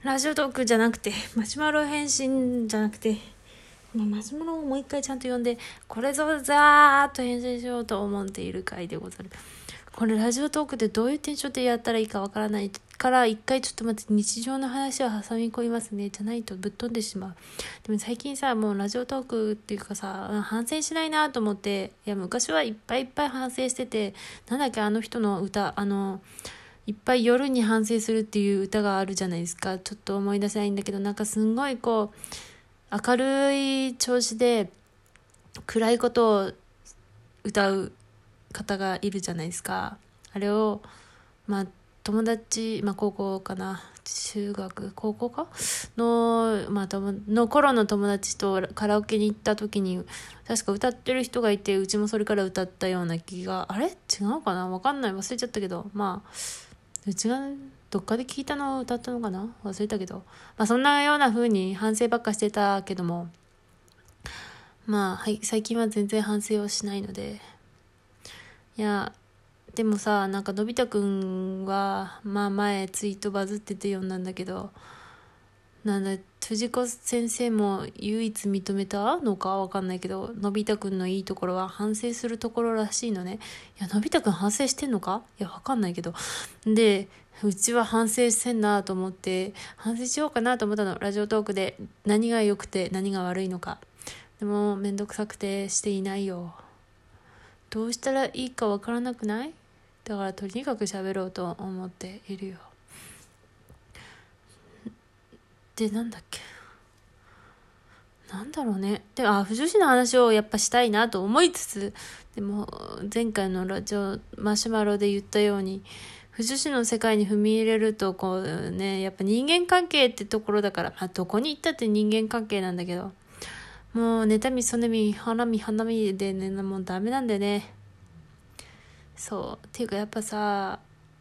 ラジオトークじゃなくて、マシュマロ返信じゃなくて、マシュマロをもう一回ちゃんと読んで、これぞざーっと返信しようと思っている回でござる。これラジオトークでどういうテンションでやったらいいかわからないから、一回ちょっと待って、日常の話を挟み込みますね。じゃないとぶっ飛んでしまう。でも最近さ、もうラジオトークっていうかさ、反省しないなと思って、いや昔はいっぱいいっぱい反省してて、なんだっけあの人の歌、いっぱい夜に反省するっていう歌があるじゃないですか。ちょっと思い出せないんだけど、なんかすんごいこう、明るい調子で暗いことを歌う方がいるじゃないですか。あれを、友達、高校かな。中学、高校かの、の頃の友達とカラオケに行った時に、確か歌ってる人がいて、うちもそれから歌ったような気が、あれ違うかなわかんない。忘れちゃったけど、うちがどっかで聞いたのを歌ったのかな忘れたけど。そんなような風に反省ばっかしてたけども、はい、最近は全然反省をしないので。いや、でもさ、なんかのび太くんは、前ツイートバズってて読んだんだけど、藤子先生も唯一認めたのかわかんないけど、のび太くんのいいところは反省するところらしいのね。いや、のび太くん反省してんのかいや、わかんないけど。で、うちは反省してんなと思って、反省しようかなと思ったの。ラジオトークで何が良くて何が悪いのか。でも、めんどくさくてしていないよ。どうしたらいいかわからなくない？だからとにかく喋ろうと思っているよ。で、なんだっけなんだろうね。で、不女子の話をやっぱしたいなと思いつつ、でも、前回のラジオ、マシュマロで言ったように、不女子の世界に踏み入れると、こうね、やっぱ人間関係ってところだから、どこに行ったって人間関係なんだけど、もう、妬み、そねみ、花見でね、もうダメなんだよね。そう。っていうか、やっぱさ、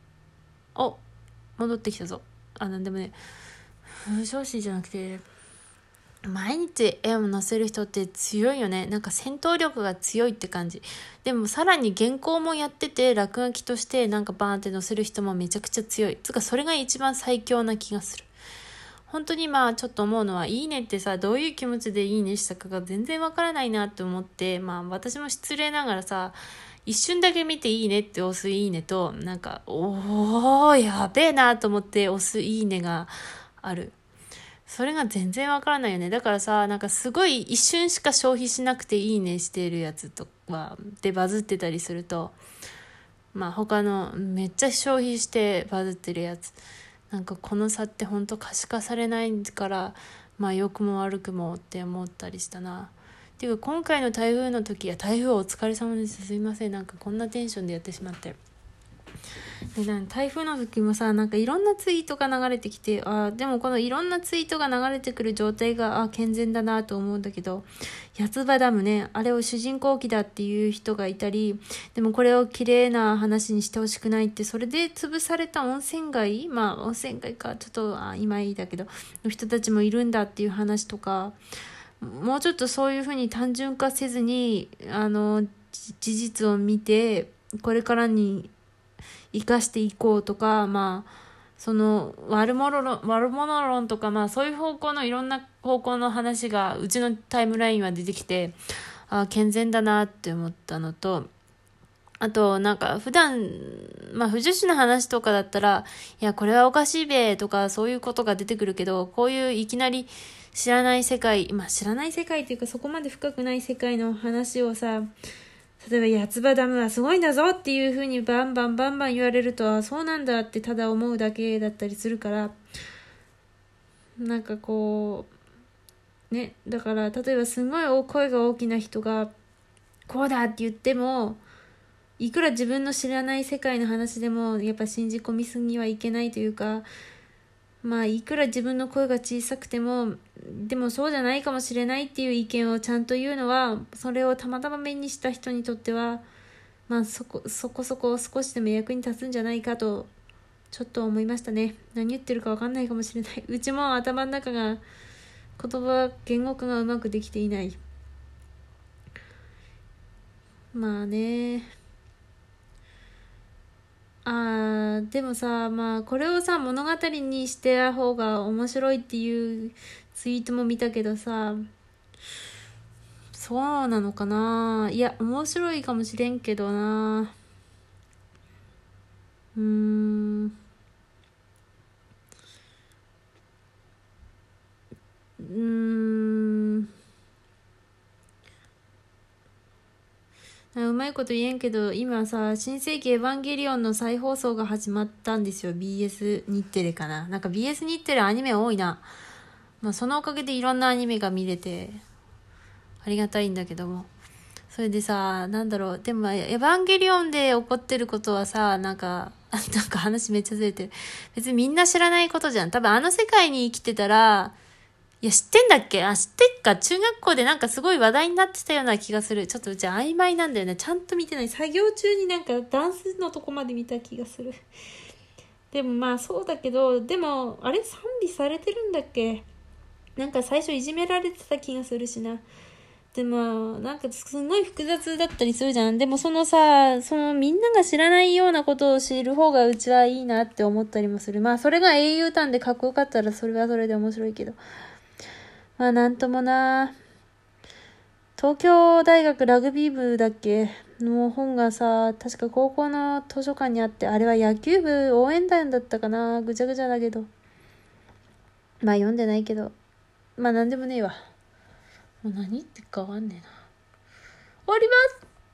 戻ってきたぞ。でもね、不女子じゃなくて、毎日絵を載せる人って強いよね。なんか戦闘力が強いって感じ。でもさらに原稿もやってて、落書きとしてなんかバーンって載せる人もめちゃくちゃ強い。つかそれが一番最強な気がする。本当にちょっと思うのは、いいねってさ、どういう気持ちでいいねしたかが全然わからないなって思って、私も失礼ながらさ、一瞬だけ見ていいねって押すいいねと、なんか、やべえなと思って押すいいねがある。それが全然わからないよね。だからさ、なんかすごい一瞬しか消費しなくていいねしてるやつとかでバズってたりすると、他のめっちゃ消費してバズってるやつ、なんかこの差って本当可視化されないから、良くも悪くもって思ったりしたな。っていうか今回の台風の時、台風お疲れ様です。すいません。なんかこんなテンションでやってしまって。で台風の時もさ、なんかいろんなツイートが流れてきて、でもこのいろんなツイートが流れてくる状態が健全だなと思うんだけど、八つ葉ダムね、あれを主人公機だっていう人がいたり、でもこれを綺麗な話にしてほしくないって、それで潰された温泉街、温泉街かちょっと今いいだけどの人たちもいるんだっていう話とか、もうちょっとそういうふうに単純化せずに事実を見てこれからに生かしていこうとか、その悪者論とか、そういう方向のいろんな方向の話がうちのタイムラインは出てきて、健全だなって思ったのと、あとなんか普段不女子の話とかだったら、いやこれはおかしいべとかそういうことが出てくるけど、こういういきなり知らない世界っていうかそこまで深くない世界の話をさ、例えば八つ葉ダムはすごいんだぞっていう風にバンバン言われると、そうなんだってただ思うだけだったりするから、なんかこうね、だから例えばすごい声が大きな人がこうだって言っても、いくら自分の知らない世界の話でもやっぱ信じ込みすぎはいけないというか、いくら自分の声が小さくても、でもそうじゃないかもしれないっていう意見をちゃんと言うのは、それをたまたま目にした人にとっては、そこ少しでも役に立つんじゃないかと、ちょっと思いましたね。何言ってるか分かんないかもしれない。うちも頭の中が、言語化がうまくできていない。 でもさ、まあこれをさ物語にしてた方が面白いっていうツイートも見たけどさ、そうなのかな。いや面白いかもしれんけどな。うーんうーんうまいこと言えんけど、今さ、新世紀エヴァンゲリオンの再放送が始まったんですよ。BS 日テレかな。なんか BS 日テレアニメ多いな。まあそのおかげでいろんなアニメが見れて、ありがたいんだけども。それでさ、なんだろう。でも、エヴァンゲリオンで起こってることはさ、なんか話めっちゃずれてる。別にみんな知らないことじゃん。多分あの世界に生きてたら、いや、知ってんだっけ？知ってっか。中学校でなんかすごい話題になってたような気がする。ちょっとうち曖昧なんだよね。ちゃんと見てない。作業中になんかダンスのとこまで見た気がする。でもまあそうだけど、でも、あれ賛美されてるんだっけ？なんか最初いじめられてた気がするしな。でも、なんかすごい複雑だったりするじゃん。でもそのさ、そのみんなが知らないようなことを知る方がうちはいいなって思ったりもする。まあそれが英雄譚でかっこよかったらそれはそれで面白いけど。まあなんともな。東京大学ラグビー部だっけの本がさ、確か高校の図書館にあって、あれは野球部応援団だったかな。ぐちゃぐちゃだけど。まあ読んでないけど。まあなんでもねえわ。もう何言ってるかわかんねえな。終わります。